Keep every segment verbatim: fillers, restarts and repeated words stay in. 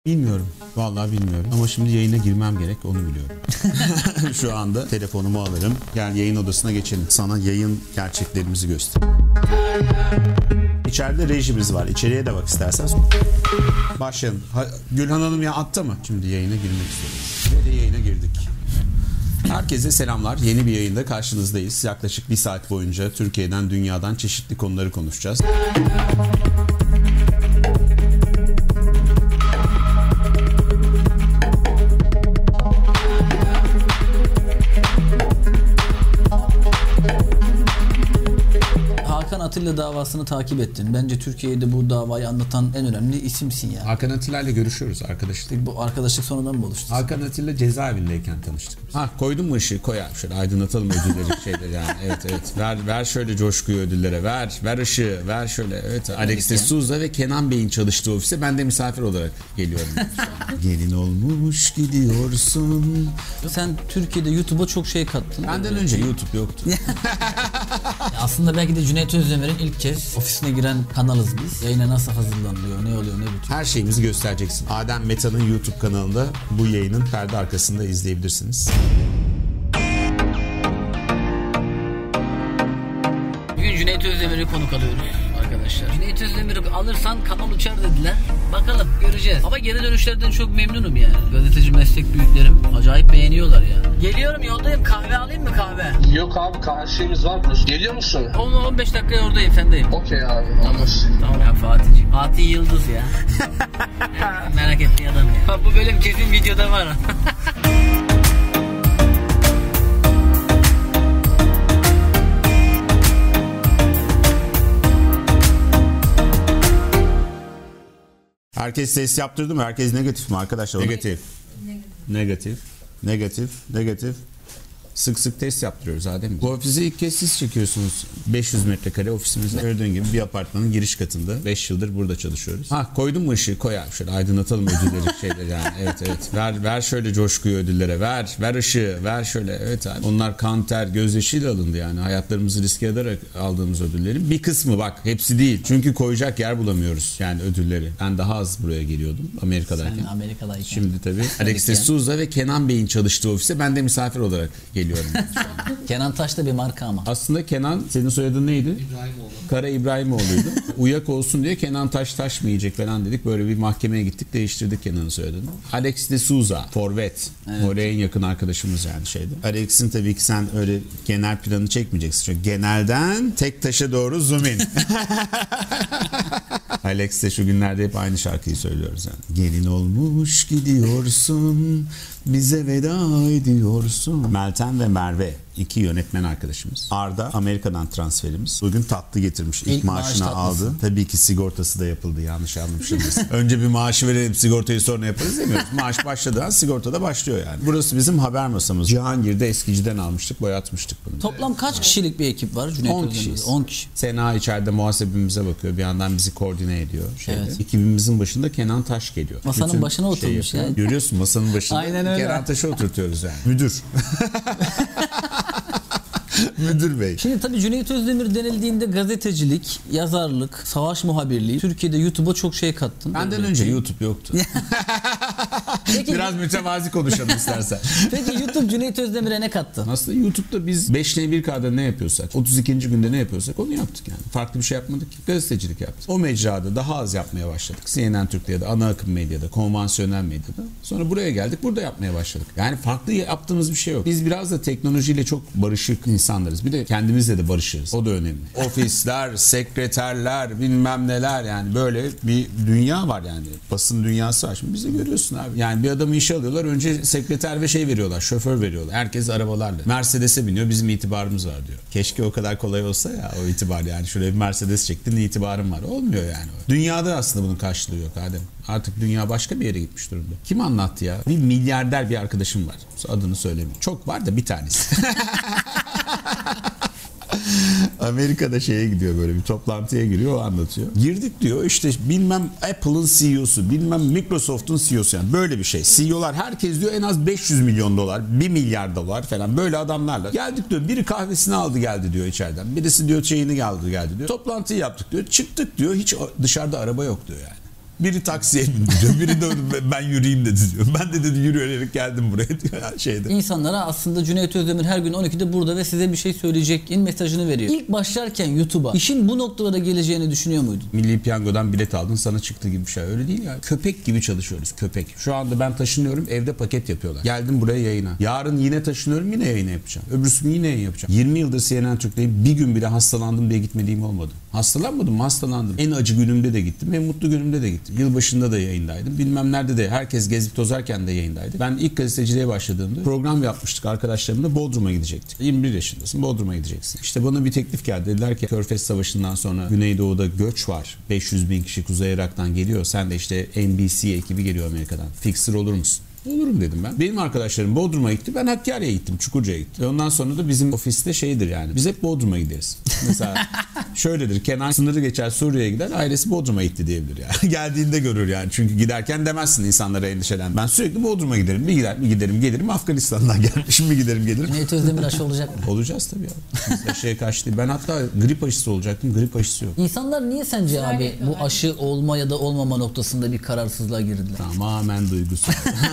Bilmiyorum. Vallahi bilmiyorum. Ama şimdi yayına girmem gerek. Onu biliyorum. Şu anda telefonumu alırım. Gel yayın odasına geçelim. Sana yayın gerçeklerimizi göstereyim. İçeride rejimiz var. İçeriye de bak istersen. Başlayalım. Ha, Gülhan Hanım ya atta mı? Şimdi yayına girmek istiyorum. Ve de yayına girdik. Herkese selamlar. Yeni bir yayında karşınızdayız. Yaklaşık bir saat boyunca Türkiye'den, dünyadan çeşitli konuları konuşacağız. Hakan Atilla davasını takip ettin. Bence Türkiye'de bu davayı anlatan en önemli isimsin yani. Hakan Atilla ile görüşüyoruz arkadaşlar. Bu arkadaşlık sonradan mı oluştu? Hakan Atilla cezaevindeyken tanıştık. Ha koydun mu ışığı? Koy abi şöyle aydınlatalım ödülleri şeyleri yani. Evet evet. Ver ver şöyle coşkuyu ödüllere. Ver. Ver ışığı. Ver şöyle. Evet. Alex de Souza ve Kenan Bey'in çalıştığı ofise ben de misafir olarak geliyorum. Gelin olmuş gidiyorsun. Sen Türkiye'de YouTube'a çok şey kattın. Benden önce YouTube yoktu. Aslında belki de Cüneyt Özdemir'in ilk kez ofisine giren kanalız biz. Yayına nasıl hazırlanılıyor, ne oluyor, ne bitiyor. Her şeyimizi göstereceksin. Adem Meta'nın YouTube kanalında bu yayının perde arkasında izleyebilirsiniz. Bugün Cüneyt Özdemir'i konuk alıyoruz arkadaşlar. Cüneyt Özdemir'i alırsan kanal uçar dediler. Bakalım göreceğiz. Ama geri dönüşlerden çok memnunum yani. Gazeteci meslek büyüklerim acayip beğeniyorlar yani. Geliyorum, yoldayım. Kahve alayım mı kahve? Yok abi, kahve şeyimiz var. Geliyor musun? on on beş dakikaya oradayım, sendeyim. Okey abi. Anlasın. Tamam ya Fatih'ciğim. Fatih Yıldız ya. Merak ettiğin adam ya. Bu bölüm kesin videoda var. Herkes ses yaptırdı mı? Herkes negatif mi arkadaşlar? Negatif. Negatif. Negatif. Negatif. Sık sık test yaptırıyoruz Adem. Bu ofisi ilk kez siz çekiyorsunuz. beş yüz metrekare ofisimizde. Gördüğün gibi bir apartmanın giriş katında. beş yıldır burada çalışıyoruz. Ha koydun mu ışığı? Koy abi şöyle aydınlatalım ödülleri şeyleri yani. Evet evet. Ver ver şöyle coşkuyu ödüllere. Ver. Ver ışığı. Ver şöyle. Evet abi. Onlar kan, ter, gözyaşıyla alındı yani. Hayatlarımızı riske ederek aldığımız ödüllerin bir kısmı, bak hepsi değil. Çünkü koyacak yer bulamıyoruz yani ödülleri. Ben daha az buraya geliyordum Amerika'dayken. Sen Amerika'dayken. Şimdi tabii Alex de Souza ve Kenan Bey'in çalıştığı ofise ben de misafir olarak geliyorum. Kenan Taş da bir marka ama. Aslında Kenan, senin soyadın neydi? İbrahimoğlu. Kara İbrahimoğlu'ydu. Uyak olsun diye Kenan Taş Taş mı yiyecek falan dedik. Böyle bir mahkemeye gittik, değiştirdik Kenan'ın soyadını. Alex de Souza, forvet. Evet. Oraya en yakın arkadaşımız yani şeydi. Alex'in tabii ki sen öyle genel planı çekmeyeceksin. Çünkü genelden tek taşa doğru zoom in. Alex de şu günlerde hep aynı şarkıyı söylüyoruz yani. Gelin olmuş gidiyorsun, bize veda ediyorsun. Meltem ve Merve iki yönetmen arkadaşımız. Arda Amerika'dan transferimiz. Bugün tatlı getirmiş. İlk, İlk maaşını maaş aldı. Tabii ki sigortası da yapıldı, yanlış anlamışsınız. Önce bir maaşı verelim, sigortayı sonra yaparız demiyoruz. Maaş başladığı an sigorta da başlıyor yani. Burası bizim haber masamız. Cihangir'de eskiciden almıştık, boyatmıştık bunu. Toplam kaç kişilik bir ekip var? on kişiyiz. on kişi. Sena içeride muhasebimize bakıyor. Bir yandan bizi koordine ediyor. Şeyde. Evet. Ekibimizin başında Kenan Taş geliyor. Masanın Bütün başına oturmuş şey yani. Görüyorsun masanın başında. Aynen öyle. Kenan Taş'ı oturtuyoruz yani. Müdür. Müdür bey. Şimdi tabii Cüneyt Özdemir denildiğinde gazetecilik, yazarlık, savaş muhabirliği, Türkiye'de YouTube'a çok şey kattın. Benden önce YouTube yoktu. Peki, biraz mütevazi konuşalım istersen. Peki YouTube Cüneyt Özdemir'e ne kattı? Aslında YouTube'da biz beş ne bir K'da ne yapıyorsak, otuz ikinci günde ne yapıyorsak onu yaptık yani. Farklı bir şey yapmadık ki. Gazetecilik yaptık. O mecrada daha az yapmaya başladık. C N N Türk'te ya da ana akım medyada, konvansiyonel medyada. Sonra buraya geldik, burada yapmaya başladık. Yani farklı yaptığımız bir şey yok. Biz biraz da teknolojiyle çok barışık insanlarız. Bir de kendimizle de barışırız. O da önemli. Ofisler, sekreterler, bilmem neler yani böyle bir dünya var yani. Basın dünyası var. Şimdi bizi görüyorsun abi. Yani bir adamı işe alıyorlar. Önce sekreter ve şey veriyorlar. Şoför veriyorlar. Herkes arabalarla. Mercedes'e biniyor. Bizim itibarımız var diyor. Keşke o kadar kolay olsa ya o itibar yani. Şöyle bir Mercedes çektin itibarım var. Olmuyor yani. Dünyada aslında bunun karşılığı yok Adem. Artık dünya başka bir yere gitmiş durumda. Kim anlattı ya? Bir milyarder bir arkadaşım var. Adını söylemiyorum. Çok var da bir tanesi. Amerika'da şeye gidiyor, böyle bir toplantıya giriyor, o anlatıyor. Girdik diyor işte bilmem Apple'ın C E O'su, bilmem Microsoft'un C E O'su, yani böyle bir şey. C E O'lar herkes diyor en az beş yüz milyon dolar, bir milyar dolar falan böyle adamlarla. Geldik diyor, biri kahvesini aldı geldi diyor içeriden. Birisi diyor çayını aldı geldi diyor. Toplantıyı yaptık diyor. Çıktık diyor, hiç dışarıda araba yok diyor yani. Biri taksiye bindi diyor. Biri de ben yürüyeyim dedi diyor. Ben de dedi yürüyerek geldim buraya diyor şeyde. İnsanlara aslında Cüneyt Özdemir her gün on ikide burada ve size bir şey söyleyeceğin mesajını veriyor. İlk başlarken YouTube'a işin bu noktalara geleceğini düşünüyor muydun? Milli Piyango'dan bilet aldın sana çıktı gibi bir şey. Öyle değil ya. Köpek gibi çalışıyoruz. Köpek. Şu anda ben taşınıyorum. Evde paket yapıyorlar. Geldim buraya yayına. Yarın yine taşınıyorum. Yine yayını yapacağım. Öbürsü gün yine yayın yapacağım. yirmi yıldır C N N Türk'teyim. Bir gün bile hastalandım diye gitmediğim olmadı. Hastalanmadım mı? Hastalandım. En acı günümde de gittim. En mutlu günümde de gittim. Yılbaşında da yayındaydım. Bilmem nerede de herkes gezip tozarken de yayındaydı. Ben ilk gazeteciliğe başladığımda program yapmıştık arkadaşlarımla. Bodrum'a gidecektik. yirmi bir yaşındasın. Bodrum'a gideceksin. İşte bana bir teklif geldi. Dediler ki Körfez Savaşı'ndan sonra Güneydoğu'da göç var. beş yüz bin kişi Kuzey Irak'tan geliyor. Sen de işte N B C ekibi geliyor Amerika'dan. Fixer olur musun? Olurum dedim ben. Benim arkadaşlarım Bodrum'a gitti. Ben Hakkari'ye gittim. Çukurca'ya gittim. Ve ondan sonra da bizim ofiste şeydir yani. Biz hep Bodrum'a gideriz. Mesela şöyledir. Kenan sınırı geçer Suriye'ye gider. Ailesi Bodrum'a gitti diyebilir yani. Geldiğinde görür yani. Çünkü giderken demezsin insanlara endişelen. Ben sürekli Bodrum'a giderim. Bir gider, bir giderim gelirim. Afganistan'dan gelmişim. Bir giderim gelirim. Cüneyt Özdemir aşı olacak mı? Olacağız tabii ya. Biz aşıya karşı değil. Ben hatta grip aşısı olacaktım. Grip aşısı yok. İnsanlar niye sence abi bu aşı olma ya da olmama noktasında bir kararsızlığa girdiler? Tamamen duygusal.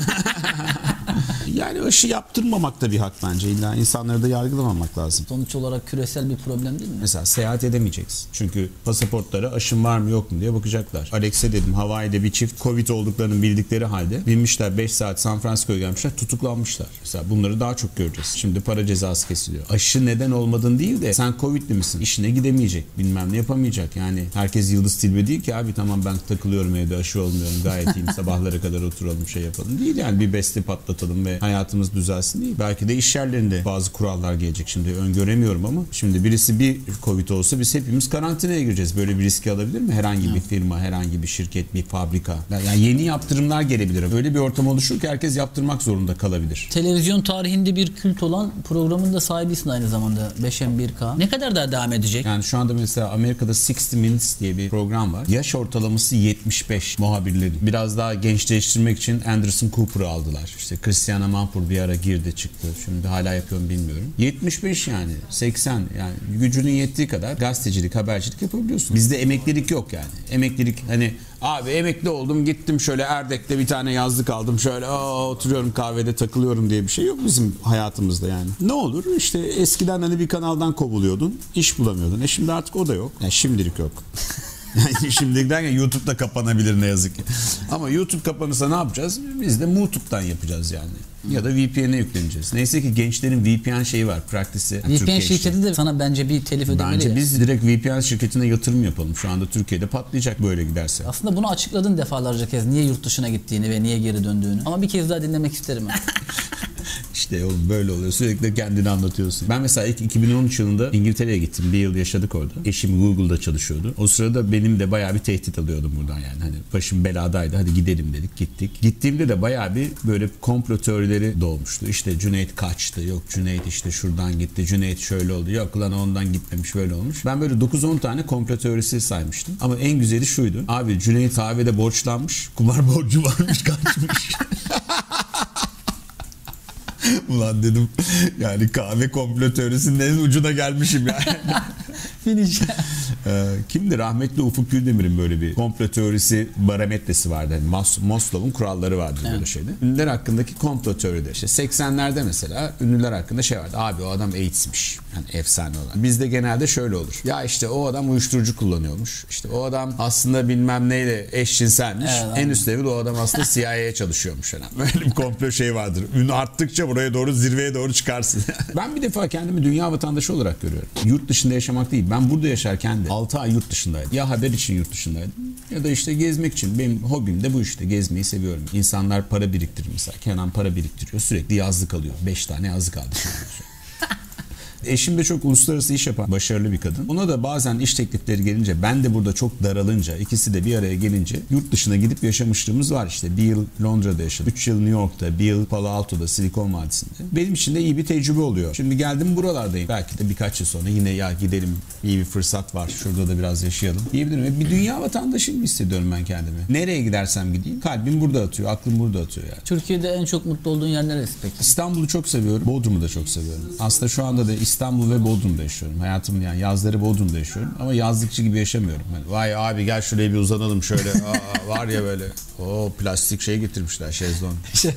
Yani aşı yaptırmamak da bir hak bence. İlla insanları da yargılamamak lazım. Sonuç olarak küresel bir problem değil mi? Mesela seyahat edemeyeceksin. Çünkü pasaportlara aşın var mı yok mu diye bakacaklar. Alex'e dedim Hawaii'de bir çift Covid olduklarını bildikleri halde binmişler beş saat San Francisco'ya gelmişler tutuklanmışlar. Mesela bunları daha çok göreceğiz. Şimdi para cezası kesiliyor. Aşı neden olmadın değil de sen Covid'li misin? İşine gidemeyecek. Bilmem ne yapamayacak. Yani herkes Yıldız Tilbe değil ki abi tamam ben takılıyorum evde aşı olmuyorum gayet iyiyim sabahlara kadar oturalım şey yapalım. Değil yani bir beste patlatalım ve hayatımız düzelsin değil. Belki de iş yerlerinde bazı kurallar gelecek. Şimdi öngöremiyorum ama şimdi birisi bir Covid olsa biz hepimiz karantinaya gireceğiz. Böyle bir riski alabilir mi? Herhangi bir firma, herhangi bir şirket, bir fabrika. Yani yeni yaptırımlar gelebilir. Öyle bir ortam oluşur ki herkes yaptırmak zorunda kalabilir. Televizyon tarihinde bir kült olan programın da sahibisin aynı zamanda beş M bir K. Ne kadar daha devam edecek? Yani şu anda mesela Amerika'da altmış Minutes diye bir program var. Yaş ortalaması yetmiş beş muhabirleri. Biraz daha gençleştirmek için Anderson Cooper'ı aldılar. İşte Christiane Amanpour bir ara girdi çıktı. Şimdi hala yapıyorum bilmiyorum. yetmiş beş yani seksen yani gücünün yettiği kadar gazetecilik, habercilik yapabiliyorsun. Bizde emeklilik yok yani. Emeklilik hani abi emekli oldum gittim şöyle Erdek'te bir tane yazlık aldım şöyle aa, oturuyorum kahvede takılıyorum diye bir şey yok bizim hayatımızda yani. Ne olur işte eskiden hani bir kanaldan kovuluyordun iş bulamıyordun. E şimdi artık o da yok. Yani şimdilik yok. Yani şimdi derken YouTube'da kapanabilir ne yazık ki. Ama YouTube kapanırsa ne yapacağız? Biz de YouTube'dan yapacağız yani. Ya da V P N'e yükleneceğiz. Neyse ki gençlerin V P N şeyi var, praktisi. V P N şirketi de sana bence bir telif ödemeli. Bence ya. biz direkt V P N şirketine yatırım yapalım. Şu anda Türkiye'de patlayacak böyle giderse. Aslında bunu açıkladın defalarca kez. Niye yurt dışına gittiğini ve niye geri döndüğünü. Ama bir kez daha dinlemek isterim. İşte oğlum böyle oluyor. Sürekli kendini anlatıyorsun. Ben mesela ilk iki bin on üç yılında İngiltere'ye gittim. Bir yıl yaşadık orada. Eşim Google'da çalışıyordu. O sırada benim de bayağı bir tehdit alıyordum buradan yani. Hani başım beladaydı. Hadi gidelim dedik. Gittik. Gittiğimde de bayağı bir böyle komplo teorileri doğmuştu. İşte Cüneyt kaçtı. Yok Cüneyt işte şuradan gitti. Cüneyt şöyle oldu. Yok lan ondan gitmemiş böyle olmuş. Ben böyle dokuz on tane komplo teorisi saymıştım. Ama en güzeli şuydu. Abi Cüneyt kahvede borçlanmış. Kumar borcu varmış kaçmış. Ulan dedim yani kahve komplo teorisinin en ucuna gelmişim yani. Finish. Ee, kimdi? Rahmetli Ufuk Güldemir'in böyle bir komplo teorisi barometresi vardı. Yani Mas- Maslow'un kuralları vardı evet. Böyle şeyde. Ünlüler hakkındaki komplo teoride işte seksenlerde mesela ünlüler hakkında şey vardı. Abi o adam AIDS'miş. Yani efsane olan. Bizde genelde şöyle olur. Ya işte o adam uyuşturucu kullanıyormuş. İşte o adam aslında bilmem neyle eşcinselmiş. Evet, en üst level o adam aslında C I A'ye çalışıyormuş. Yani. Böyle bir komplo şey vardır. Ün arttıkça buraya doğru zirveye doğru çıkarsın. Ben bir defa kendimi dünya vatandaşı olarak görüyorum. Yurt dışında yaşamak değil. Ben burada yaşarken de altı ay yurt dışındaydım. Ya haber için yurt dışındaydım ya da işte gezmek için. Benim hobim de bu işte. Gezmeyi seviyorum. İnsanlar para biriktirir mesela. Kenan para biriktiriyor. Sürekli yazlık alıyor. beş tane yazlık aldı. Eşim de çok uluslararası iş yapan başarılı bir kadın. Ona da bazen iş teklifleri gelince ben de burada çok daralınca ikisi de bir araya gelince yurt dışına gidip yaşamışlığımız var işte. Bir yıl Londra'da yaşadım. Üç yıl New York'ta, bir yıl Palo Alto'da, Silikon Vadisi'nde. Benim için de iyi bir tecrübe oluyor. Şimdi geldim buralardayım. Belki de birkaç yıl sonra yine ya gidelim iyi bir fırsat var. Şurada da biraz yaşayalım diyebilirim. Bir dünya vatandaşı gibi hissediyorum ben kendimi. Nereye gidersem gideyim. Kalbim burada atıyor. Aklım burada atıyor yani. Türkiye'de en çok mutlu olduğun yer neresi peki? İstanbul'u çok seviyorum. Bodrum'u da çok seviyorum. Aslında şu anda da İstanbul'u İstanbul ve Bodrum'da yaşıyorum. Hayatımın yani yazları Bodrum'da yaşıyorum ama yazlıkçı gibi yaşamıyorum. Yani, vay abi gel şuraya bir uzanalım şöyle. Aa, var ya böyle. O plastik şey getirmişler şezlong.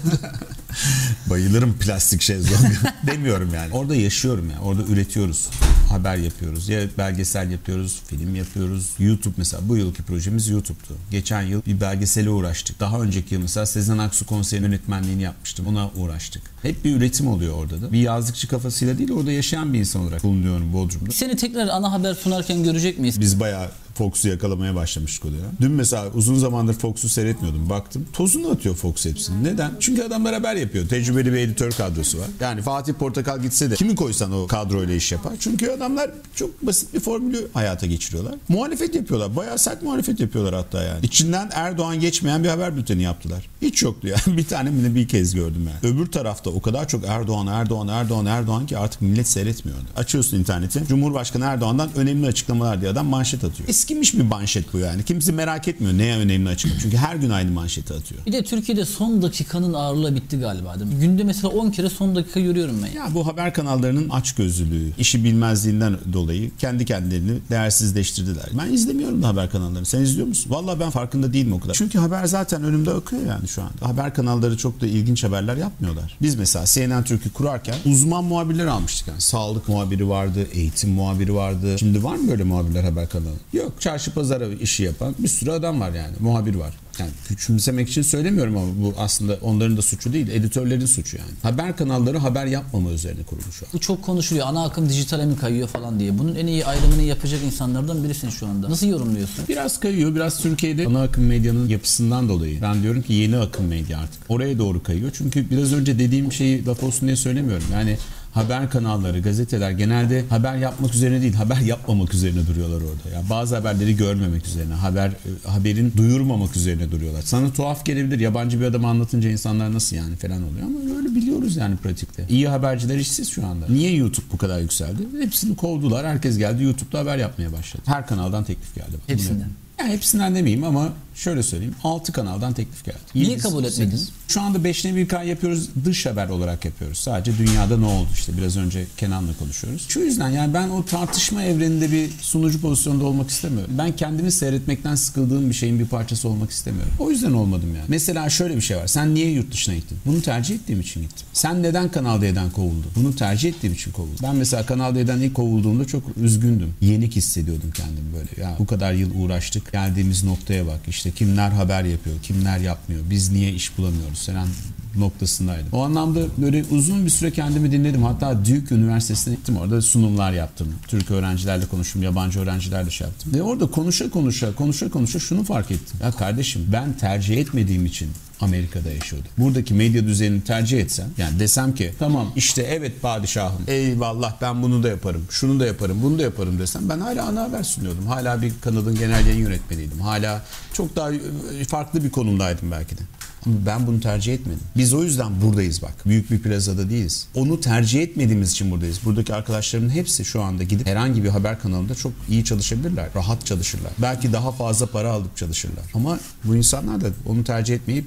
Bayılırım plastik şezlong. Demiyorum yani. Orada yaşıyorum yani. Orada üretiyoruz. Haber yapıyoruz. Ya belgesel yapıyoruz, film yapıyoruz. YouTube mesela bu yılki projemiz YouTube'tu. Geçen yıl bir belgesele uğraştık. Daha önceki yıl mesela Sezen Aksu konserin yönetmenliğini yapmıştım. Ona uğraştık. Hep bir üretim oluyor orada da. Bir yazlıkçı kafasıyla değil, orada yaşayan bir insan olarak bulunuyorum Bodrum'da. Seni tekrar ana haber sunarken görecek miyiz? Biz bayağı Fox'u yakalamaya başlamıştık o dönem. Dün mesela uzun zamandır Fox'u seyretmiyordum. Baktım tozunu atıyor Fox hepsini. Neden? Çünkü adamlar haber yapıyor. Tecrübeli bir editör kadrosu var. Yani Fatih Portakal gitse de kimi koysan o kadroyla iş yapar. Çünkü adamlar çok basit bir formülü hayata geçiriyorlar. Muhalefet yapıyorlar. Bayağı sert muhalefet yapıyorlar hatta yani. İçinden Erdoğan geçmeyen bir haber bülteni yaptılar. Hiç yoktu yani. Bir tane mi bir kez gördüm yani. Öbür tarafta o kadar çok Erdoğan, Erdoğan, Erdoğan, Erdoğan ki artık millet seyretmiyordu. Açıyorsun interneti. Cumhurbaşkanı Erdoğan'dan önemli açıklamalar diye adam manşet atıyor. Eskimiş bir manşet bu yani. Kimse merak etmiyor neye önemli açıklama. Çünkü her gün aynı manşeti atıyor. Bir de Türkiye'de son dakikanın ağırlığı bitti galiba değil mi? Günde mesela on kere son dakika görüyorum ben. Ya bu haber kanallarının açgözlülüğü, işi bilmezliğinden dolayı kendi kendilerini değersizleştirdiler. Ben izlemiyorum da haber kanallarını. Sen izliyor musun? Vallahi ben farkında değilim o kadar. Çünkü haber zaten önümde akıyor yani şu anda. Haber kanalları çok da ilginç haberler yapmıyorlar. Biz mesela C N N Türk'ü kurarken uzman muhabirleri almıştık. Yani sağlık muhabiri vardı, eğitim muhabiri vardı. Şimdi var mı böyle muhabirler haber kanalı? Yok. Çarşı pazarı işi yapan bir sürü adam var yani. Muhabir var. Yani küçümsemek için söylemiyorum ama bu aslında onların da suçu değil, editörlerin suçu yani. Haber kanalları haber yapmama üzerine kurulu şu an. Bu çok konuşuluyor. Ana akım dijitale mi kayıyor falan diye. Bunun en iyi ayrımını yapacak insanlardan birisin şu anda. Nasıl yorumluyorsun? Biraz kayıyor. Biraz Türkiye'de ana akım medyanın yapısından dolayı. Ben diyorum ki yeni akım medya artık. Oraya doğru kayıyor. Çünkü biraz önce dediğim şeyi laf olsun diye söylemiyorum. Yani haber kanalları, gazeteler genelde haber yapmak üzerine değil, haber yapmamak üzerine duruyorlar orada. Yani bazı haberleri görmemek üzerine, haber haberin duyurmamak üzerine duruyorlar. Sana tuhaf gelebilir. Yabancı bir adam anlatınca insanlar nasıl yani falan oluyor ama öyle biliyoruz yani pratikte. İyi haberciler işsiz şu anda. Niye YouTube bu kadar yükseldi? Hepsini kovdular. Herkes geldi YouTube'da haber yapmaya başladı. Her kanaldan teklif geldi. Hepsinden. Yani hepsinden demeyeyim ama şöyle söyleyeyim. altı kanaldan teklif geldi. Niye yedi, kabul etmedin? sekiz. Şu anda beşte bir kan yapıyoruz. Dış haber olarak yapıyoruz. Sadece dünyada ne oldu işte. Biraz önce Kenan'la konuşuyoruz. Şu yüzden yani ben o tartışma evreninde bir sunucu pozisyonda olmak istemiyorum. Ben kendimi seyretmekten sıkıldığım bir şeyin bir parçası olmak istemiyorum. O yüzden olmadım yani. Mesela şöyle bir şey var. Sen niye yurt dışına gittin? Bunu tercih ettiğim için gittim. Sen neden Kanal D'den kovuldun? Bunu tercih ettiğim için kovuldum. Ben mesela Kanal D'den ilk kovulduğumda çok üzgündüm. Yenik hissediyordum kendimi böyle. Ya bu kadar yıl uğraştık. Geldiğimiz noktaya bak. İşte kimler haber yapıyor, kimler yapmıyor. Biz niye iş bulamıyoruz? Falan noktasındaydım. O anlamda böyle uzun bir süre kendimi dinledim. Hatta Duke Üniversitesi'ne gittim. Orada sunumlar yaptım. Türk öğrencilerle konuştum. Yabancı öğrencilerle şey yaptım. Ve orada konuşa konuşa, konuşa konuşa şunu fark ettim. Ya kardeşim ben tercih etmediğim için Amerika'da yaşıyordum. Buradaki medya düzenini tercih etsem, yani desem ki tamam işte evet padişahım, eyvallah ben bunu da yaparım, şunu da yaparım, bunu da yaparım desem ben hala ana haber sunuyordum. Hala bir kanalın genel yayın yönetmeniydim. Hala çok daha farklı bir konumdaydım belki de. Ama ben bunu tercih etmedim. Biz o yüzden buradayız bak. Büyük bir plazada değiliz. Onu tercih etmediğimiz için buradayız. Buradaki arkadaşlarımın hepsi şu anda gidip herhangi bir haber kanalında çok iyi çalışabilirler. Rahat çalışırlar. Belki daha fazla para alıp çalışırlar. Ama bu insanlar da onu tercih etmeyip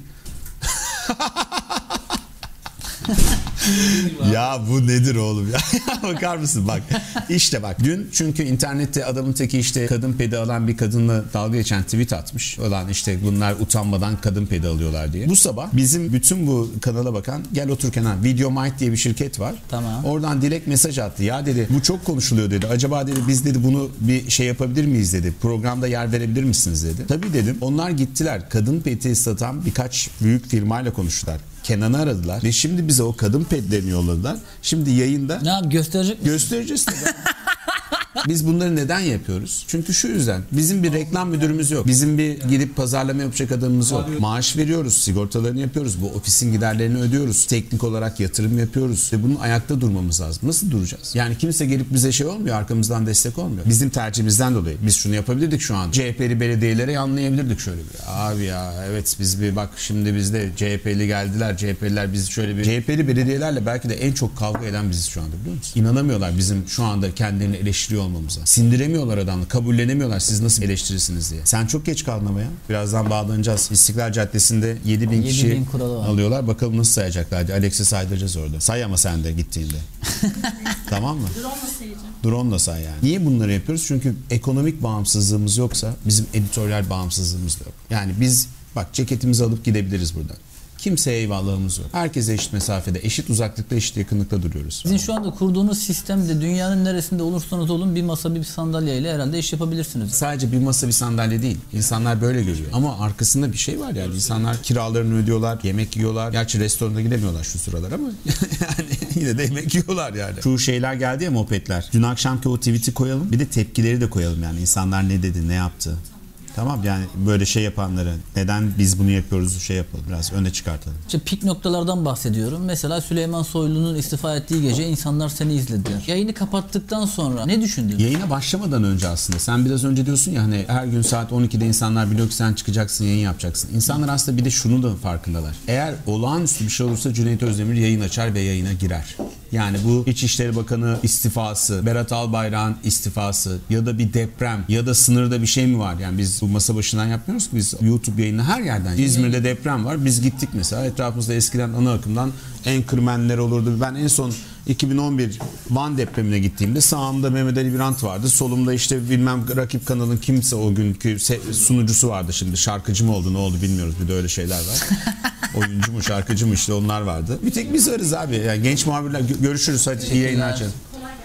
ya bu nedir oğlum ya? Bakar mısın bak. İşte bak dün çünkü internette adamın teki işte kadın pedi alan bir kadınla dalga geçen tweet atmış. Olan işte bunlar utanmadan kadın pedi alıyorlar diye. Bu sabah bizim bütün bu kanala bakan gel otur Kenan Videomite diye bir şirket var. Tamam. Oradan direkt mesaj attı. Ya dedi bu çok konuşuluyor dedi. Acaba dedi biz dedi bunu bir şey yapabilir miyiz dedi. Programda yer verebilir misiniz dedi. Tabii dedim. Onlar gittiler. Kadın pedi satan birkaç büyük firmayla konuştular. Kenan'ı aradılar ve şimdi bize o kadın pedlerini yolladılar. Şimdi yayında ne yap gösterecek misin? Göstereceğiz tabii. Biz bunları neden yapıyoruz? Çünkü şu yüzden bizim bir reklam müdürümüz yok. Bizim bir gidip pazarlama yapacak adamımız yok. Maaş veriyoruz, sigortalarını yapıyoruz. Bu ofisin giderlerini ödüyoruz. Teknik olarak yatırım yapıyoruz. Ve bunun ayakta durmamız lazım. Nasıl duracağız? Yani kimse gelip bize şey olmuyor, arkamızdan destek olmuyor. Bizim tercihimizden dolayı. Biz şunu yapabilirdik şu an. C H P'li belediyelere yanlayabilirdik şöyle bir. Abi ya evet biz bir bak şimdi bizde C H P'li geldiler. C H P'liler biz şöyle bir... C H P'li belediyelerle belki de en çok kavga eden biziz şu anda biliyor musun? İnanamıyorlar bizim şu anda kendilerini eleştiriyor olmamıza. Sindiremiyorlar adamı. Kabullenemiyorlar siz nasıl eleştirirsiniz diye. Sen çok geç kaldın ama ya. Birazdan bağlanacağız. İstiklal Caddesi'nde yedi bin kişi alıyorlar. Bakalım nasıl sayacaklar diye. Alex'i saydıracağız orada. Say ama sen de gittiğinde. Tamam mı? Drone'la sayacağım. Drone'la say yani. Niye bunları yapıyoruz? Çünkü ekonomik bağımsızlığımız yoksa bizim editoryal bağımsızlığımız da yok. Yani biz bak ceketimizi alıp gidebiliriz buradan. Kimseye eyvallahımız yok. Herkese eşit mesafede, eşit uzaklıkta, eşit yakınlıkta duruyoruz. Sizin şu anda kurduğunuz sistemde dünyanın neresinde olursanız olun bir masa bir sandalyeyle herhalde iş yapabilirsiniz. Sadece bir masa bir sandalye değil. İnsanlar böyle görüyor. Ama arkasında bir şey var yani. İnsanlar kiralarını ödüyorlar, yemek yiyorlar. Gerçi restorana gidemiyorlar şu sıralar ama yani yine de yemek yiyorlar yani. Şu şeyler geldi ya, mopedler. Dün akşamki o tweet'i koyalım. Bir de tepkileri de koyalım yani. İnsanlar ne dedi, ne yaptı. Tamam yani böyle şey yapanları neden biz bunu yapıyoruz şey yapalım biraz öne çıkartalım. İşte pik noktalardan bahsediyorum. Mesela Süleyman Soylu'nun istifa ettiği gece insanlar seni izlediler. Yayını kapattıktan sonra ne düşündün? Yayına başlamadan önce aslında sen biraz önce diyorsun ya hani her gün saat on ikide insanlar biliyor ki sen çıkacaksın yayın yapacaksın. İnsanlar aslında bir de şunu da farkındalar. Eğer olağanüstü bir şey olursa Cüneyt Özdemir yayın açar ve yayına girer. Yani bu İçişleri Bakanı istifası, Berat Albayrak'ın istifası ya da bir deprem ya da sınırda bir şey mi var? Yani biz bu masa başından yapmıyoruz ki biz YouTube yayını her yerden. İzmir'de deprem var. Biz gittik mesela etrafımızda eskiden ana akımdan enkırmenler olurdu. Ben en son iki bin on bir Van depremine gittiğimde sağımda Mehmet Ali Birant vardı. Solumda işte bilmem rakip kanalın kimse o günkü sunucusu vardı şimdi. Şarkıcı mı oldu ne oldu bilmiyoruz. Bir de öyle şeyler var. Oyuncu mu şarkıcı mı işte onlar vardı. Bir tek biz varız abi. Yani genç muhabirler görüşürüz hadi iyi yayınlar açalım.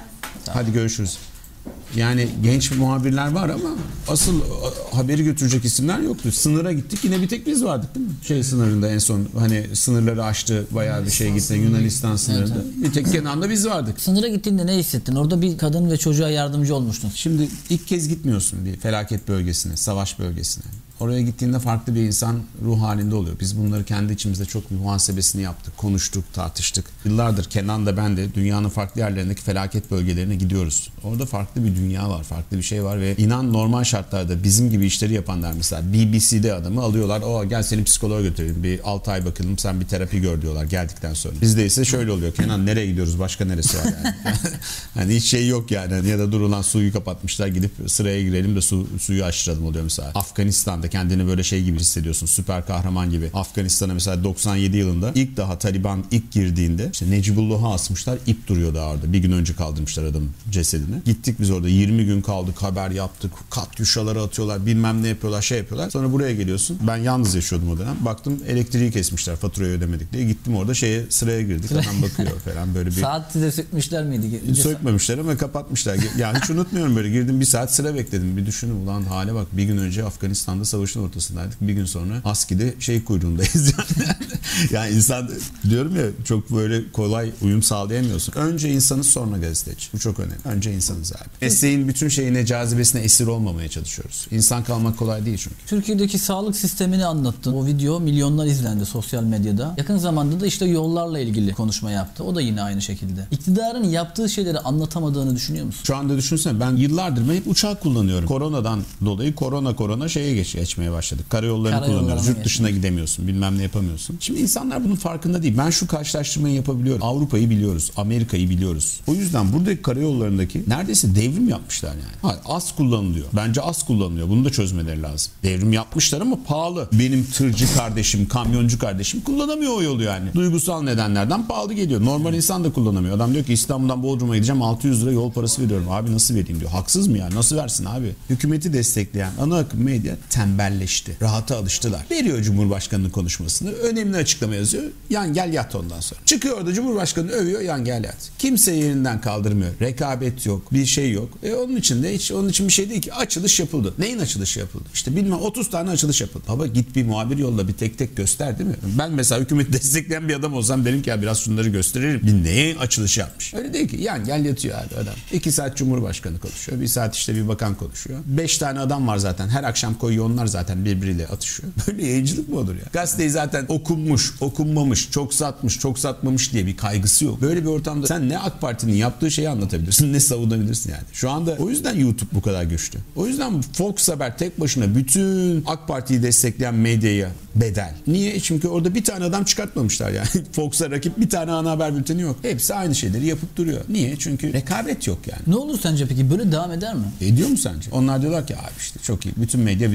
Hadi görüşürüz. Yani genç muhabirler var ama asıl haberi götürecek isimler yoktu. Sınıra gittik yine bir tek biz vardık değil mi? Şey sınırında en son hani sınırları aştı bayağı bir şey gitti Yunanistan sınırında. Evet, evet. Bir tek Kenan'da biz vardık. Sınıra gittiğinde ne hissettin? Orada bir kadın ve çocuğa yardımcı olmuştun. Şimdi ilk kez gitmiyorsun bir felaket bölgesine, savaş bölgesine. Oraya gittiğinde farklı bir insan ruh halinde oluyor. Biz bunları kendi içimizde çok bir muhasebesini yaptık, konuştuk, tartıştık. Yıllardır Kenan da ben de dünyanın farklı yerlerindeki felaket bölgelerine gidiyoruz. Orada farklı bir dünya var, farklı bir şey var ve inan normal şartlarda bizim gibi işleri yapanlar mesela B B C'de adamı alıyorlar. O gel seni psikoloğa götürelim. Bir altı ay bakalım sen bir terapi gör diyorlar geldikten sonra. Bizde ise şöyle oluyor. Kenan nereye gidiyoruz? Başka neresi var yani? Hani hiç şey yok yani. Ya da durulan suyu kapatmışlar gidip sıraya girelim de su, suyu açtıralım oluyor mesela. Afganistan'da kendini böyle şey gibi hissediyorsun. Süper kahraman gibi. Afganistan'a mesela doksan yedi yılında ilk daha Taliban ilk girdiğinde işte Necibullah'ı asmışlar. İp duruyordu orada. Bir gün önce kaldırmışlar adamın cesedini. Gittik biz orada yirmi gün kaldık. Haber yaptık. Katyuşaları atıyorlar. Bilmem ne yapıyorlar. Şey yapıyorlar. Sonra buraya geliyorsun. Ben yalnız yaşıyordum o dönem. Baktım elektriği kesmişler. Faturayı ödemedik diye. Gittim orada şeye sıraya girdik. Adam bakıyor falan böyle bir. Saat size sökmüşler miydi? Sökmemişler ama kapatmışlar. Yani hiç unutmuyorum böyle. Girdim bir saat sıra bekledim. Bir düşünün ulan hale bak. Bir gün önce Afganistan'da savaşın ortasındaydık. Bir gün sonra Aski'de şey kuyruğundayız yani. Yani insan diyorum ya çok böyle kolay uyum sağlayamıyorsun. Önce insanız sonra gazeteci. Bu çok önemli. Önce insanız abi. Mesleğin bütün şeyine cazibesine esir olmamaya çalışıyoruz. İnsan kalmak kolay değil çünkü. Türkiye'deki sağlık sistemini anlattın. O video milyonlar izlendi sosyal medyada. Yakın zamanda da işte yollarla ilgili konuşma yaptı. O da yine aynı şekilde. İktidarın yaptığı şeyleri anlatamadığını düşünüyor musun? Şu anda düşünsene ben yıllardır ben hep uçak kullanıyorum. Koronadan dolayı korona korona şeye geç, geçmeye başladık. Karayollarını kullanıyoruz. Yurt dışına gidemiyorsun. Bilmem ne yapamıyorsun. Şimdi insanlar bunun farkında değil. Ben şu karşılaştırmayı yapabiliyorum. Avrupa'yı biliyoruz. Amerika'yı biliyoruz. O yüzden buradaki karayollarındaki neredeyse devrim yapmışlar yani. Hayır, az kullanılıyor. Bence az kullanılıyor. Bunu da çözmeleri lazım. Devrim yapmışlar ama pahalı. Benim tırcı kardeşim, kamyoncu kardeşim kullanamıyor o yolu yani. Duygusal nedenlerden pahalı geliyor. Normal insan da kullanamıyor. Adam diyor ki İstanbul'dan Bodrum'a gideceğim altı yüz lira yol parası veriyorum. Abi nasıl vereyim diyor. Haksız mı ya? Nasıl versin abi? Hükümeti destekleyen ana akım medya tembelleşti. Rahata alıştılar. Veriyor Cumhurbaşkanı'nın konuşmasını. Önemli açıklama yazıyor. Yan gel yat ondan sonra. Çıkıyor orada Cumhurbaşkanı övüyor. Yan gel yat. Kimse yerinden kaldırmıyor. Rekabet yok. Bir şey yok. E onun için de hiç onun için bir şey değil ki. Açılış yapıldı. Neyin açılışı yapıldı? İşte bilmem otuz tane açılış yapıldı. Baba git bir muhabir yolla bir tek tek göster değil mi? Ben mesela hükümeti destekleyen bir adam olsam derim ki ya biraz şunları gösteririm. Bir neye açılış yapmış? Öyle değil ki. Yan gel yatıyor abi adam. İki saat Cumhurbaşkanı konuşuyor. Bir saat işte bir bakan konuşuyor. Beş tane adam var zaten. Her akşam koyuyor onlar zaten birbiriyle atışıyor. Böyle yayıncılık mı olur ya? Gazeteyi zaten okunmuş, okunmamış, çok satmış, çok satmamış diye bir kaygısı yok. Böyle bir ortamda sen ne AK Parti'nin yaptığı şeyi anlatabilirsin ne savunabilirsin yani. Şu anda o yüzden YouTube bu kadar güçlü. O yüzden Fox Haber tek başına bütün AK Parti'yi destekleyen medyaya bedel. Niye? Çünkü orada bir tane adam çıkartmamışlar yani. Fox'a rakip bir tane ana haber bülteni yok. Hepsi aynı şeyleri yapıp duruyor. Niye? Çünkü rekabet yok yani. Ne olur sence peki? Böyle devam eder mi? Ediyor mu sence? Onlar diyorlar ki abi işte çok iyi. Bütün medya bizim. Kimin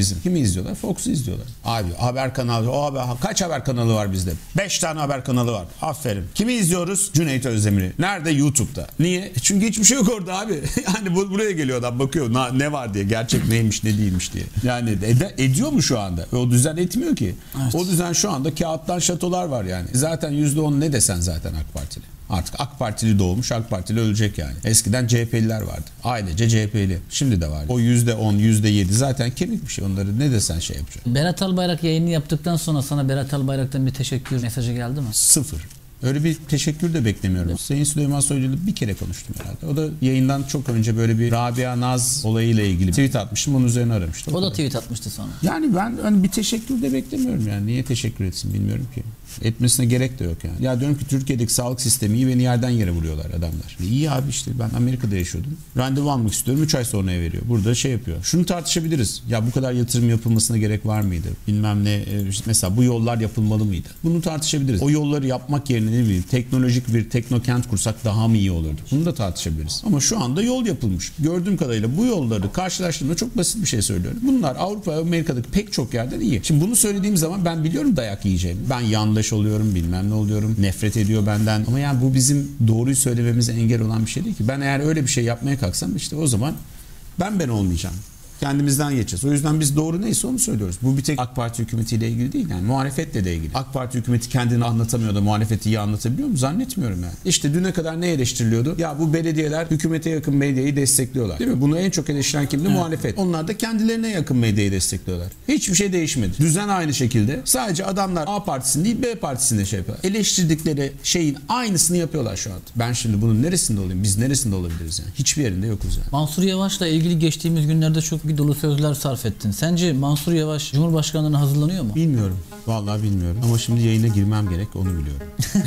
izliyorlar? Fox'u izliyorlar. Abi haber kanalı, o haber, kaç haber kanalı var bizde? beş tane haber kanalı var. Aferin. Kimi izliyoruz? Cüneyt Özdemir'i. Nerede? YouTube'da. Niye? Çünkü hiçbir şey yok orada abi. Yani bu, buraya geliyor adam bakıyor na, ne var diye. Gerçek neymiş ne değilmiş diye. Yani ed- ediyor mu şu anda? O düzen etmiyor ki. Evet. O düzen şu anda kağıttan şatolar var yani. Zaten yüzde on ne desen zaten AK Partili. Artık AK Partili doğmuş, AK Partili ölecek yani. Eskiden C H P'liler vardı. Ailece C H P'li. Şimdi de var. O yüzde on, yüzde yedi zaten kemik bir şey. Onları ne desen şey yapacak. Berat Albayrak yayını yaptıktan sonra sana Berat Albayrak'tan bir teşekkür mesajı geldi mi? Sıfır. Öyle bir teşekkür de beklemiyorum. Evet. Sayın Süleyman Soylu'yla bir kere konuştum herhalde. O da yayından çok önce böyle bir Rabia Naz olayıyla ilgili tweet atmıştım. Onun üzerine aramıştım. O, o da tweet atmıştı sonra. Yani ben hani bir teşekkür de beklemiyorum yani. Niye teşekkür etsin bilmiyorum ki. Etmesine gerek de yok yani. Ya diyorum ki Türkiye'deki sağlık sistemi iyi, beni yerden yere vuruyorlar adamlar. E iyi abi işte ben Amerika'da yaşıyordum. Randevu almak istiyorum. üç ay sonraya veriyor. Burada şey yapıyor. Şunu tartışabiliriz. Ya bu kadar yatırım yapılmasına gerek var mıydı? Bilmem ne. İşte mesela bu yollar yapılmalı mıydı? Bunu tartışabiliriz. O yolları yapmak yerine ne bileyim teknolojik bir teknokent kursak daha mı iyi olurdu? Bunu da tartışabiliriz. Ama şu anda yol yapılmış. Gördüğüm kadarıyla bu yolları karşılaştırma çok basit bir şey söylüyorum. Bunlar Avrupa ve Amerika'daki pek çok yerden iyi. Şimdi bunu söylediğim zaman ben biliyorum dayak yiyeceğimi. Ben yanlış oluyorum, bilmem ne oluyorum. Nefret ediyor benden. Ama yani bu bizim doğruyu söylememize engel olan bir şey değil ki. Ben eğer öyle bir şey yapmaya kalksam işte o zaman ben ben olmayacağım. Kendimizden geçeceğiz. O yüzden biz doğru neyse onu söylüyoruz. Bu bir tek AK Parti hükümetiyle ilgili değil yani muhalefetle de ilgili. AK Parti hükümeti kendini anlatamıyor da muhalefeti iyi anlatabiliyor mu? Zannetmiyorum yani. İşte düne kadar ne eleştiriliyordu? Ya bu belediyeler hükümete yakın medyayı destekliyorlar. Değil mi? Bunu en çok eleştiren kimdi? Evet. Muhalefet. Onlar da kendilerine yakın medyayı destekliyorlar. Hiçbir şey değişmedi. Düzen aynı şekilde. Sadece adamlar A partisini değil B partisini şey yapıyorlar. Eleştirdikleri şeyin aynısını yapıyorlar şu an. Ben şimdi bunun neresinde olayım? Biz neresinde olabiliriz yani? Hiçbir yerinde yokuz yani. Mansur Yavaş'la ilgili geçtiğimiz günlerde çok bir dolu sözler sarf ettin. Sence Mansur Yavaş Cumhurbaşkanlığına hazırlanıyor mu? Bilmiyorum. Vallahi bilmiyorum. Ama şimdi yayına girmem gerek. Onu biliyorum.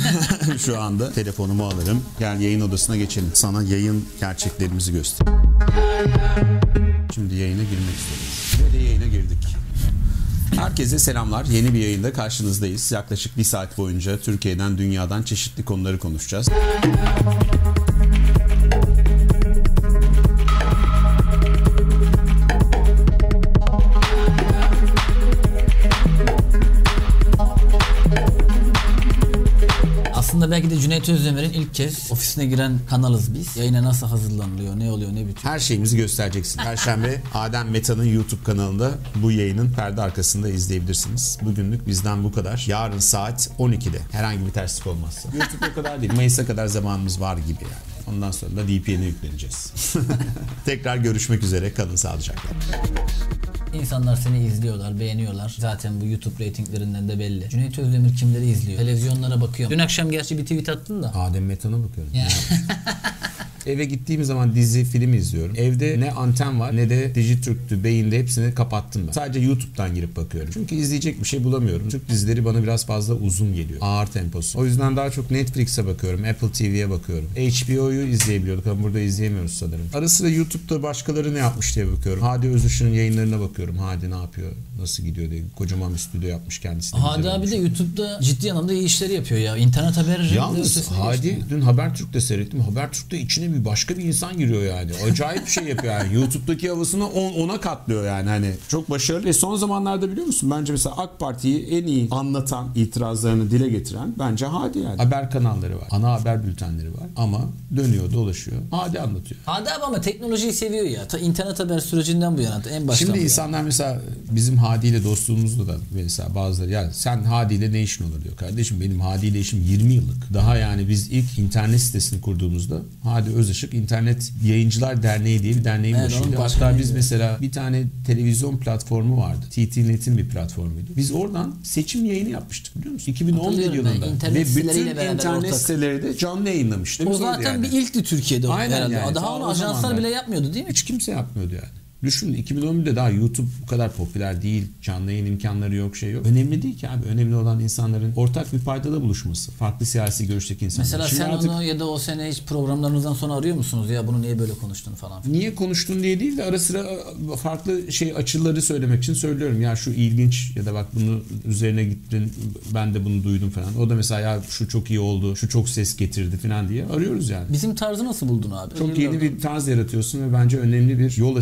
Şu anda telefonumu alırım. Gel yayın odasına geçelim. Sana yayın gerçeklerimizi göster. Şimdi yayına girmek istiyorum. Ve de yayına girdik. Herkese selamlar. Yeni bir yayında karşınızdayız. Yaklaşık bir saat boyunca Türkiye'den, dünyadan çeşitli konuları konuşacağız. Aslında belki de Cüneyt Özdemir'in ilk kez ofisine giren kanalız biz. Yayına nasıl hazırlanılıyor, ne oluyor, ne bitiyor. Her şeyimizi göstereceksin. Perşembe Adem Meta'nın YouTube kanalında bu yayının perde arkasında izleyebilirsiniz. Bugünlük bizden bu kadar. Yarın saat on ikide herhangi bir terslik olmazsa. YouTube'a kadar değil, Mayıs'a kadar zamanımız var gibi yani. Ondan sonra da V P N'e yükleneceğiz. Tekrar görüşmek üzere. Kalın sağlıcakla. İnsanlar seni izliyorlar, beğeniyorlar. Zaten bu YouTube reytinglerinden de belli. Cüneyt Özdemir kimleri izliyor? Televizyonlara bakıyor. Dün akşam gerçi bir tweet attın da. Adem Metan'a bakıyorum. Yani. Eve gittiğim zaman dizi, film izliyorum. Evde ne anten var ne de Dijitürk'tü, Beyin'de hepsini kapattım ben. Sadece YouTube'dan girip bakıyorum. Çünkü izleyecek bir şey bulamıyorum. Türk dizileri bana biraz fazla uzun geliyor. Ağır temposu. O yüzden daha çok Netflix'e bakıyorum. Apple T V'ye bakıyorum. H B O'yu izleyebiliyorduk ama burada izleyemiyoruz sanırım. Ara sıra YouTube'da başkaları ne yapmış diye bakıyorum. Hadi Özışık'ın yayınlarına bakıyorum. Hadi ne yapıyor? Nasıl gidiyor diye. Kocaman bir stüdyo yapmış kendisi. Hadi abi de YouTube'da ciddi anlamda iyi işleri yapıyor ya. İnternet haberi. Yalnız Hadi işte. Dün Habertürk'te seyrettim. Habertürk'te içine bir başka bir insan giriyor yani. Acayip bir şey yapıyor yani. YouTube'daki havasını on, ona katlıyor yani. Hani çok başarılı. Ve son zamanlarda biliyor musun? Bence mesela AK Parti'yi en iyi anlatan, itirazlarını dile getiren bence Hadi yani. Haber kanalları var. Ana haber bültenleri var. Ama dönüyor, dolaşıyor. Hadi anlatıyor. Hadi abi ama teknolojiyi seviyor ya. Ta internet haber sürecinden bu yana. En baştan Şimdi insanlar yani. Mesela bizim Hadi ile dostluğumuzda da mesela bazıları ya sen Hadi ile ne işin olur diyor. Kardeşim benim Hadi ile işim yirmi yıllık. Daha yani biz ilk internet sitesini kurduğumuzda Hadi Özışık İnternet Yayıncılar Derneği diye bir derneğin evet, başıydı. Hatta biz mesela bir tane televizyon platformu vardı. T T Net'in bir platformuydu. Biz oradan seçim yayını yapmıştık biliyor musun? iki bin on bir yılında. Ve bütün internet siteleri de canlı yayınlamıştık. O zaten yani. Bir ilkti Türkiye'de. Aynen herhalde. Yani. Daha onu ajanslar bile yapmıyordu değil mi? Hiç kimse yapmıyordu yani. Düşün iki bin on birde daha YouTube bu kadar popüler değil. Canlı yayın imkanları yok, şey yok. Önemli değil ki abi. Önemli olan insanların ortak bir paydada buluşması. Farklı siyasi görüşteki insanlar. Mesela Şimdi sen artık... onu ya da o sene hiç programlarınızdan sonra arıyor musunuz? Ya bunu niye böyle konuştun falan. Niye konuştun diye değil de ara sıra farklı şey açıları söylemek için söylüyorum. Ya şu ilginç ya da bak bunu üzerine gittin ben de bunu duydum falan. O da mesela ya şu çok iyi oldu, şu çok ses getirdi falan diye arıyoruz yani. Bizim tarzı nasıl buldun abi? Çok yeni bir tarz yaratıyorsun ve bence önemli bir yol açıyorsun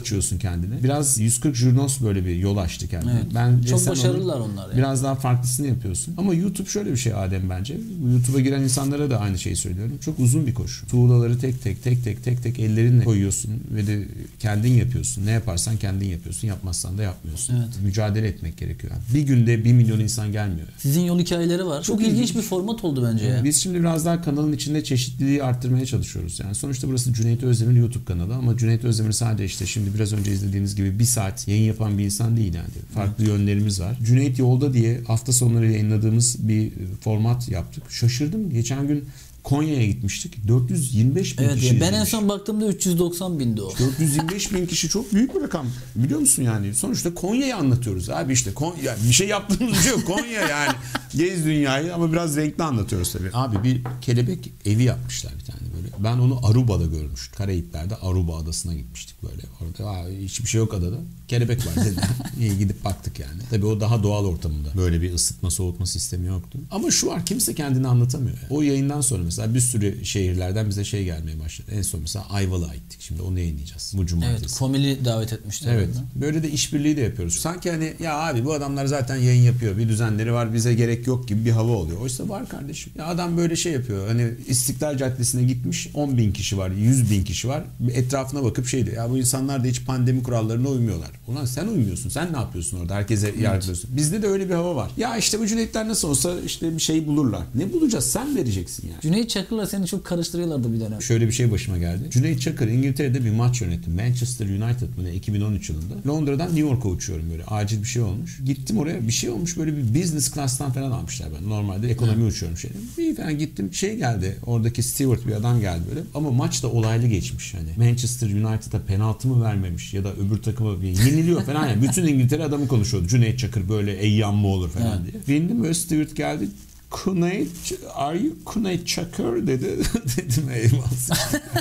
kendine. Biraz yüz kırk Jurnos böyle bir yol açtı kendine. Evet. Bence çok sen başarılılar onlar. Yani. Biraz daha farklısını yapıyorsun. Ama YouTube şöyle bir şey Adem bence. YouTube'a giren insanlara da aynı şeyi söylüyorum. Çok uzun bir koşu. Tuğlaları tek tek tek tek tek tek ellerinle koyuyorsun ve de kendin yapıyorsun. Ne yaparsan kendin yapıyorsun. Yapmazsan da yapmıyorsun. Evet. Mücadele etmek gerekiyor. Yani bir günde bir milyon insan gelmiyor. Sizin yol hikayeleri var. Çok, çok ilginç, ilginç bir format oldu bence ya. Biz şimdi biraz daha kanalın içinde çeşitliliği arttırmaya çalışıyoruz. Yani sonuçta burası Cüneyt Özdemir YouTube kanalı ama Cüneyt Özdemir sadece işte şimdi biraz önce izlediğiniz gibi bir saat yayın yapan bir insan değil yani. Farklı evet. yönlerimiz var. Cüneyt Yolda diye hafta sonları yayınladığımız bir format yaptık. Şaşırdım. Geçen gün Konya'ya gitmiştik. dört yüz yirmi beş bin evet, kişi ya ben izlemiş. en son baktığımda üç yüz doksan bindi o. dört yüz yirmi beş bin kişi çok büyük bir rakam. Biliyor musun yani? Sonuçta Konya'yı anlatıyoruz abi işte. Konya, bir şey yaptığımız bir şey yok. Konya yani. Gez dünyayı ama biraz renkli anlatıyoruz tabii. Abi bir kelebek evi yapmışlar bir tane böyle. Ben onu Aruba'da görmüştüm. Karayipler'de Aruba adasına gitmiştik böyle. Orada abi, hiçbir şey yok adada. Kelebek var dedi. İyi gidip baktık yani. Tabii o daha doğal ortamında. Böyle bir ısıtma soğutma sistemi yoktu. Ama şu var kimse kendini anlatamıyor. Yani. O yayından sonra mesela bir sürü şehirlerden bize şey gelmeye başladı. En son mesela Ayvalık'a gittik. Şimdi onu yayınlayacağız. Bu cumartesi. Evet. Komili davet etmişler. Evet. Orada. Böyle de işbirliği de yapıyoruz. Sanki hani ya abi bu adamlar zaten yayın yapıyor. Bir düzenleri var. Bize gerek yok gibi bir hava oluyor. Oysa var kardeşim. Ya adam böyle şey yapıyor. Hani İstiklal Caddesi'ne gitmiş. on bin kişi var. yüz bin kişi var. Etrafına bakıp şey diyor. Ya bu insanlar da hiç pandemi kurallarına uymuyorlar. Ulan sen uymuyorsun. Sen ne yapıyorsun orada? Herkese evet. yargılıyorsun. Bizde de öyle bir hava var. Ya işte bu Cüneytler nasıl olsa işte bir şey bulurlar. Ne bulacağız? Sen vereceksin yani. Cüneyt Çakır'la seni çok karıştırıyorlardı bir dönem. Şöyle bir şey başıma geldi. Cüneyt Çakır İngiltere'de bir maç yönetti. Manchester United mı ne? iki bin on üç yılında. Londra'dan New York'a uçuyorum böyle. Acil bir şey olmuş. Gittim oraya. Bir şey olmuş. Böyle bir business class'tan falan almışlar ben. Normalde ekonomi evet. uçuyorum şey. Bir falan gittim. Şey geldi. Oradaki steward bir adam geldi böyle. Ama maç da olaylı geçmiş. Hani Manchester United'a penaltı mı vermemiş ya da öbür takıma yeniliyor falan yani. Bütün İngiltere adamı konuşuyordu. Cüneyt Çakır böyle eyyam mı olur falan evet. diye. Bindim böyle steward geldi. Cüneyt, are you Cüneyt Çakır dedi. Dedim eyvallah.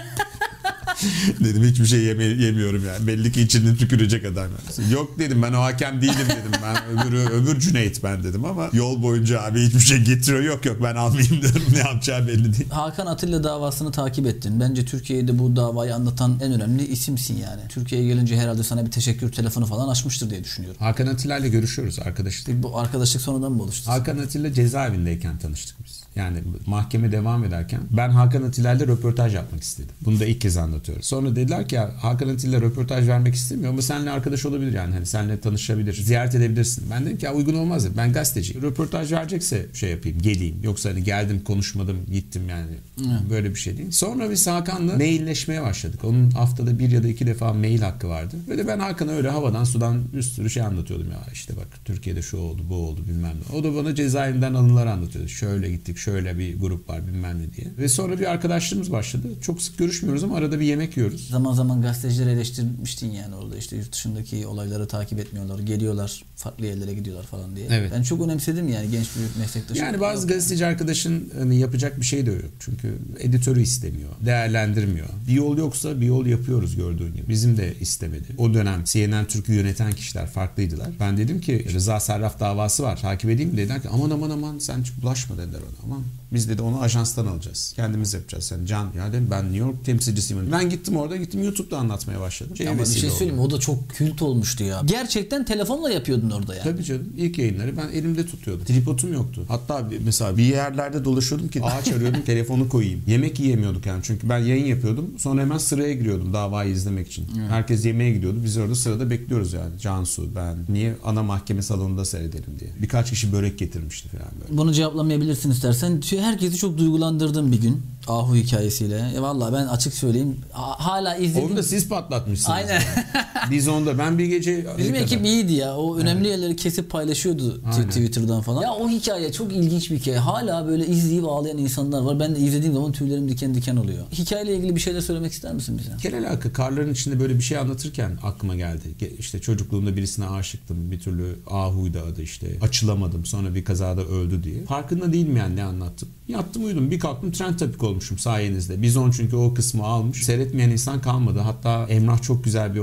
Dedim hiçbir şey yeme, yemiyorum yani. Belli ki içini tükürecek adam. Yani. Yok dedim ben o hakem değilim dedim. Ben öbürü, öbür Cüneyt ben dedim ama yol boyunca abi hiçbir şey getiriyor. Yok yok ben almayayım dedim. Ne yapacağı belli değil. Hakan Atilla davasını takip ettin. Bence Türkiye'de bu davayı anlatan en önemli isimsin yani. Türkiye'ye gelince herhalde sana bir teşekkür telefonu falan açmıştır diye düşünüyorum. Hakan Atilla ile görüşüyoruz arkadaşlık. Bu arkadaşlık sonradan mı oluştu? Hakan Atilla cezaevindeyken tanıştık biz. Yani mahkeme devam ederken ben Hakan Atilla ile röportaj yapmak istedim. Bunu da ilk kez anlatıyorum. Sonra dediler ki ya Hakan Atilla röportaj vermek istemiyor ama seninle arkadaş olabilir yani. Hani seninle tanışabilir, ziyaret edebilirsin. Ben dedim ki ya uygun olmaz dedim. Ben gazeteciyim. Röportaj verecekse şey yapayım, geleyim. Yoksa hani geldim, konuşmadım, gittim yani. Hmm. Böyle bir şey değil. Sonra biz Hakan'la mailleşmeye başladık. Onun haftada bir ya da iki defa mail hakkı vardı. Ve de ben Hakan'a öyle havadan sudan bir sürü şey anlatıyordum ya. İşte bak Türkiye'de şu oldu, bu oldu bilmem ne. O da bana cezaevinden anılar anlatıyordu. Şöyle gittik, şöyle bir grup var bilmem ne diye. Ve sonra bir arkadaşlığımız başladı. Çok sık görüşmüyoruz ama arada bir yemek yiyoruz. Zaman zaman gazetecileri eleştirmiştin yani orada işte yurt dışındaki olayları takip etmiyorlar. Geliyorlar farklı yerlere gidiyorlar falan diye. Evet. Ben çok önemsedim yani genç bir meslektaşım. Yani bazı gazeteci arkadaşın hani yapacak bir şey de yok. Çünkü editörü istemiyor. Değerlendirmiyor. Bir yol yoksa bir yol yapıyoruz gördüğün gibi. Bizim de istemedi. O dönem C N N Türk'ü yöneten kişiler farklıydılar. Ben dedim ki Rıza Sarraf davası var. Takip edeyim mi? Dediler ki aman aman aman sen hiç bulaşma dediler ona. Aman biz dedi onu ajanstan alacağız. Kendimiz yapacağız. Yani Can ya dedim ben New York temsilcisiyim. Ben gittim orada gittim YouTube'da anlatmaya başladım. Şey Ama bir şey söyleyeyim oldu. O da çok kült olmuştu ya. Gerçekten telefonla yapıyordun orada yani. Tabii canım. İlk yayınları ben elimde tutuyordum. Tripodum yoktu. Hatta mesela bir yerlerde dolaşıyordum ki ağaç arıyordum telefonu koyayım. Yemek yiyemiyorduk yani. Çünkü ben yayın yapıyordum. Sonra hemen sıraya giriyordum davayı izlemek için. Evet. Herkes yemeğe gidiyordu. Biz orada sırada bekliyoruz yani. Cansu, ben. Niye ana mahkeme salonunda seyredelim diye. Birkaç kişi börek getirmişti falan böyle. Bunu cevaplamayabilirsin istersen. Herkesi çok duygulandırdım bir gün. Ahu hikayesiyle. E vallahi ben açık söyleyeyim. Hala izledim. Onu da siz patlatmışsınız. Aynen. Biz onda ben bir gece... Bizim ekip kadar. iyiydi ya. O önemli evet. yerleri kesip paylaşıyordu Aynen. Twitter'dan falan. Ya o hikaye çok ilginç bir hikaye. Hala böyle izleyip ağlayan insanlar var. Ben de izlediğim zaman tüylerim diken diken oluyor. Hikayeyle ilgili bir şeyler söylemek ister misin bize? Genel alaka karların içinde böyle bir şey anlatırken aklıma geldi. İşte çocukluğumda birisine aşıktım. Bir türlü Ahu'ydu adı işte. Açılamadım. Sonra bir kazada öldü diye. Farkında değilim yani ne anlattım. Yattım uyudum. Bir kalktım trend topik olmuşum sayenizde. Bizon çünkü o kısmı almış. Seyretmeyen insan kalmadı. Hatta Emrah çok güzel bir onu böyle bir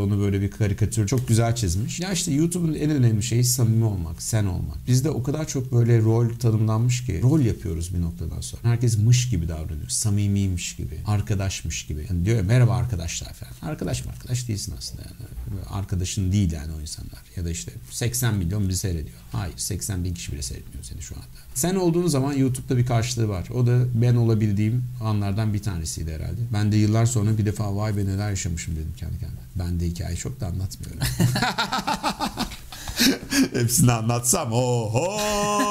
bir karikatür çok güzel çizmiş. Ya işte YouTube'un en önemli şeyi samimi olmak, sen olmak. Bizde o kadar çok böyle rol tanımlanmış ki rol yapıyoruz bir noktadan sonra. Herkes mış gibi davranıyor. Samimiymiş gibi. Arkadaşmış gibi. Yani diyor ya merhaba arkadaşlar falan. Arkadaş mı arkadaş değilsin aslında yani. Arkadaşın değil yani o insanlar. Ya da işte seksen milyon bizi seyrediyor. Hayır seksen bin kişi bile seyretmiyor seni şu anda. Sen olduğun zaman YouTube'da bir karşılığı var. O da ben olabildiğim anlardan bir tanesiydi herhalde. Ben de yıllar sonra bir defa vay be neler yaşamışım dedim kendi kendime. Ben de hikaye çok da anlatmıyorum. Hepsini anlatsam oho.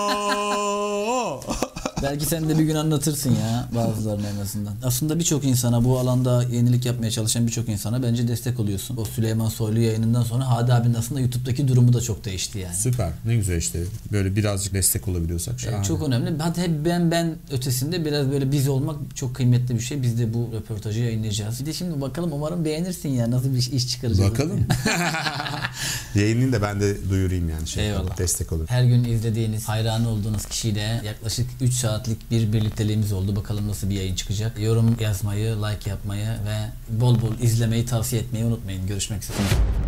Belki sen de bir gün anlatırsın ya bazılarını en azından. Aslında birçok insana bu alanda yenilik yapmaya çalışan birçok insana bence destek oluyorsun. O Süleyman Soylu yayınından sonra Hadi abinin aslında YouTube'daki durumu da çok değişti yani. Süper. Ne güzel işte. Böyle birazcık destek olabiliyorsak şahane. Ee, çok önemli. Hatta hep ben ben ötesinde biraz böyle biz olmak çok kıymetli bir şey. Biz de bu röportajı yayınlayacağız. Bir de şimdi bakalım umarım beğenirsin ya. Nasıl bir iş çıkaracağız. Bakalım. Yayınını da ben de duyurayım yani. Şey Eyvallah. Destek olur. Her gün izlediğiniz, hayranı olduğunuz kişiyle yaklaşık üç saatlik bir birlikteliğimiz oldu. Bakalım nasıl bir yayın çıkacak. Yorum yazmayı, like yapmayı ve bol bol izlemeyi tavsiye etmeyi unutmayın. Görüşmek üzere.